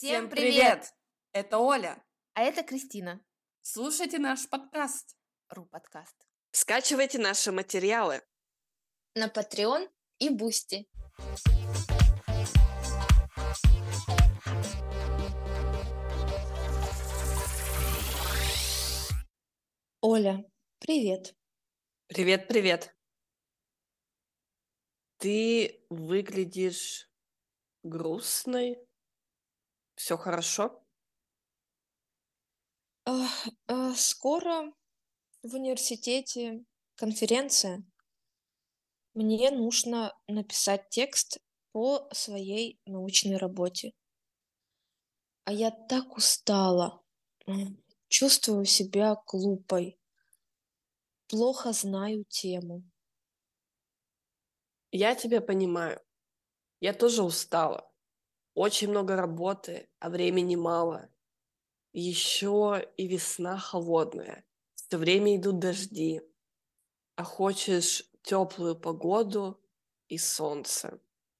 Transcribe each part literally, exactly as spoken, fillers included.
Всем привет! Это Оля. А это Кристина. Слушайте наш подкаст. Ру подкаст. Скачивайте наши материалы На Patreon и Бусти. Оля, привет. Привет, привет. Ты выглядишь грустной. Все хорошо? А, а, скоро в университете конференция. Мне нужно написать текст по своей научной работе. А я так устала. М, Чувствую себя глупой. Плохо знаю тему. Я тебя понимаю. Я тоже устала. Очень много работы, а времени мало. Еще и весна холодная. Все время идут дожди. А хочешь теплую погоду и солнце.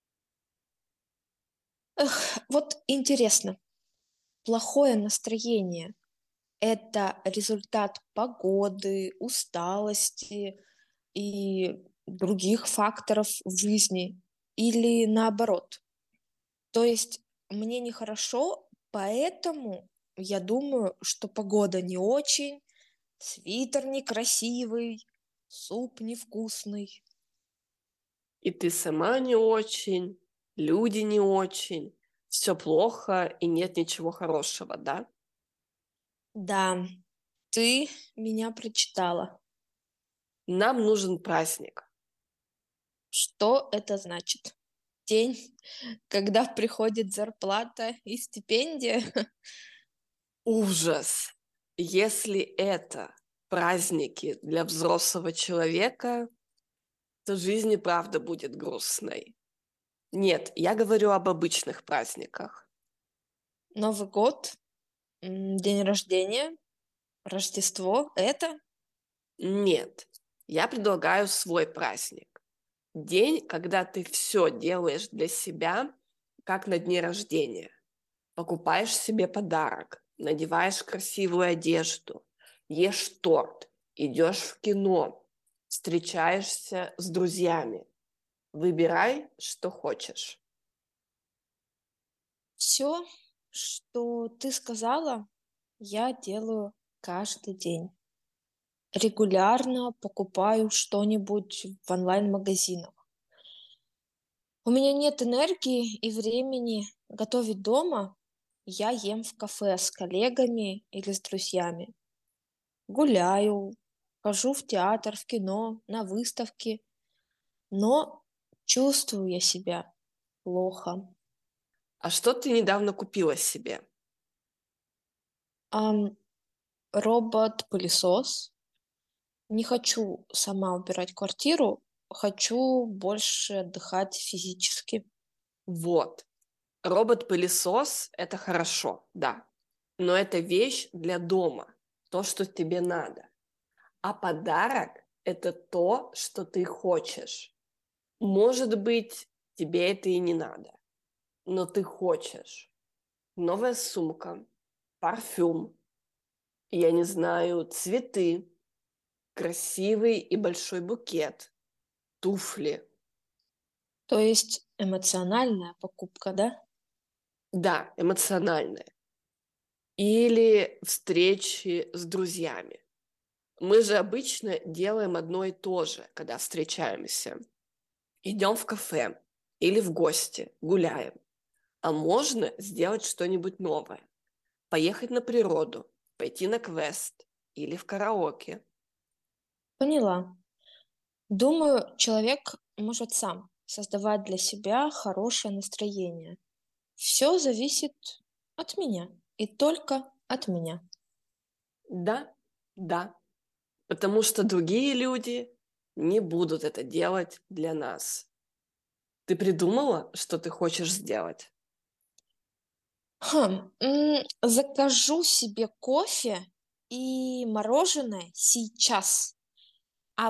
Эх, вот интересно, плохое настроение– это результат погоды, усталости и других факторов в жизни или наоборот? То есть мне нехорошо, поэтому я думаю, что погода не очень, свитер некрасивый, суп невкусный. И ты сама не очень, люди не очень. Все плохо и нет ничего хорошего, да? Да, ты меня прочитала. Нам нужен праздник. Что это значит? День, когда приходит зарплата и стипендия? Ужас! Если это праздники для взрослого человека, то жизнь и правда будет грустной. Нет, я говорю об обычных праздниках. Новый год, м, день рождения, Рождество– это? Нет, я предлагаю свой праздник. День, когда ты все делаешь для себя, как на дне рождения. Покупаешь себе подарок, надеваешь красивую одежду, ешь торт, идешь в кино, встречаешься с друзьями. Выбирай, что хочешь. Все, что ты сказала, я делаю каждый день. Регулярно покупаю что-нибудь в онлайн-магазинах. У меня нет энергии и времени готовить дома. Я ем в кафе с коллегами или с друзьями. Гуляю, хожу в театр, в кино, на выставки. Но чувствую я себя плохо. А что ты недавно купила себе? Ам, робот-пылесос. Не хочу сама убирать квартиру, хочу больше отдыхать физически. Вот. Робот-пылесос– это хорошо, да. Но это вещь для дома, то, что тебе надо. А подарок– это то, что ты хочешь. Может быть, тебе это и не надо, но ты хочешь. Новая сумка, парфюм, я не знаю, цветы, красивый и большой букет, туфли. То есть эмоциональная покупка, да? Да, эмоциональное. Или встречи с друзьями. Мы же обычно делаем одно и то же, когда встречаемся. Идем в кафе или в гости, гуляем. А можно сделать что-нибудь новое. Поехать на природу, пойти на квест или в караоке. Поняла. Думаю, человек может сам создавать для себя хорошее настроение. Все зависит от меня и только от меня. Да, да. Потому что другие люди не будут это делать для нас. Ты придумала, что ты хочешь сделать? Хм, м, закажу себе кофе и мороженое сейчас, а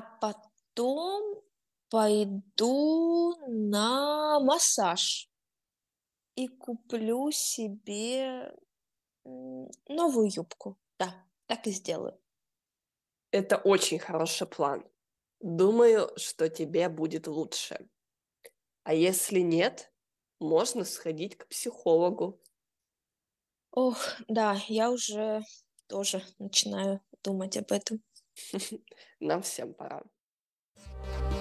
потом пойду на массаж. и куплю себе м, новую юбку. Да, так и сделаю. Это очень хороший план. Думаю, что тебе будет лучше. А если нет, можно сходить к психологу. Ох, да, я уже тоже начинаю думать об этом. Нам всем пора.